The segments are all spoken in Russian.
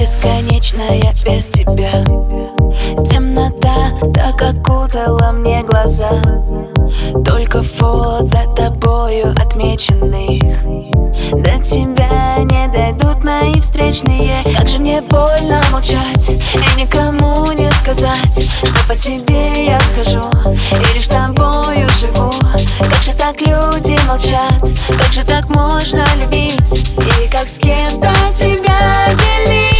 бесконечная без тебя. Темнота так окутала мне глаза. Только фото тобою отмеченных. До тебя не дойдут мои встречные. Как же мне больно молчать и никому не сказать, что по тебе я схожу и лишь тобою живу. Как же так люди молчат, как же так можно любить и как с кем-то тебя делить?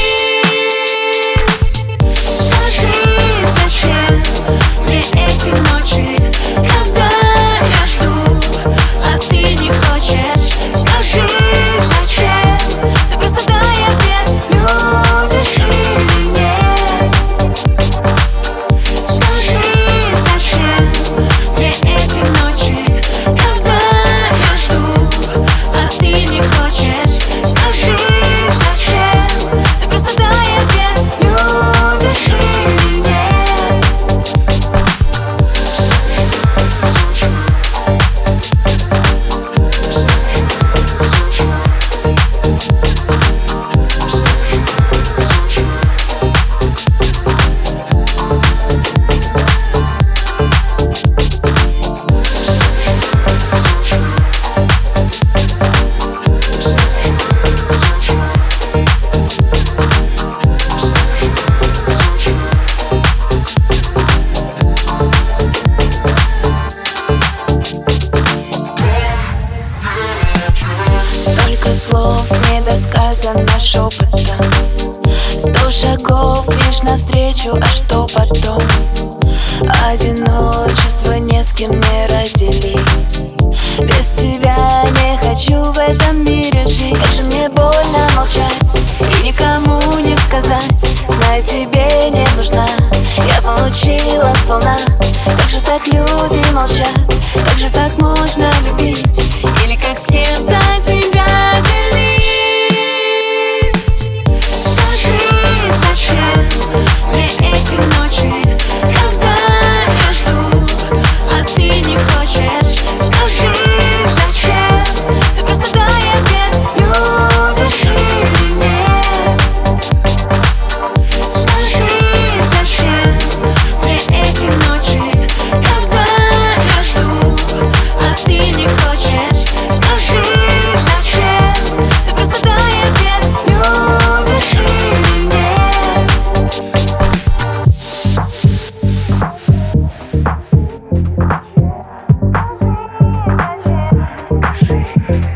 Скажи, зачем мне эти ночи, когда я жду, а ты не хочешь? Скажи, зачем ты просто дай ответ, любишь или нет? Скажи, зачем мне эти ночи, когда я жду, а ты не хочешь? Скажи, зачем ты просто дай ответ, любишь или нет? Столько слов недосказано шепотом, 100 шагов лишь навстречу, а что потом? Одиночество не с кем не разделить. Без тебя не хочу в этом мире жить. Как же мне больно молчать и никому не сказать. Знаю, тебе не нужна, я получила сполна. Как же так люди молчат, как же так можно любить или как с кем-то тебя делить? Скажи, зачем мне эти ночи, когда я жду, а ты не хочешь? Скажи, зачем ты просто дай ответ, любишь или нет? Скажи, зачем мне эти ночи, когда я жду, а ты не хочешь? Скажи, зачем ты просто дай ответ, любишь или нет?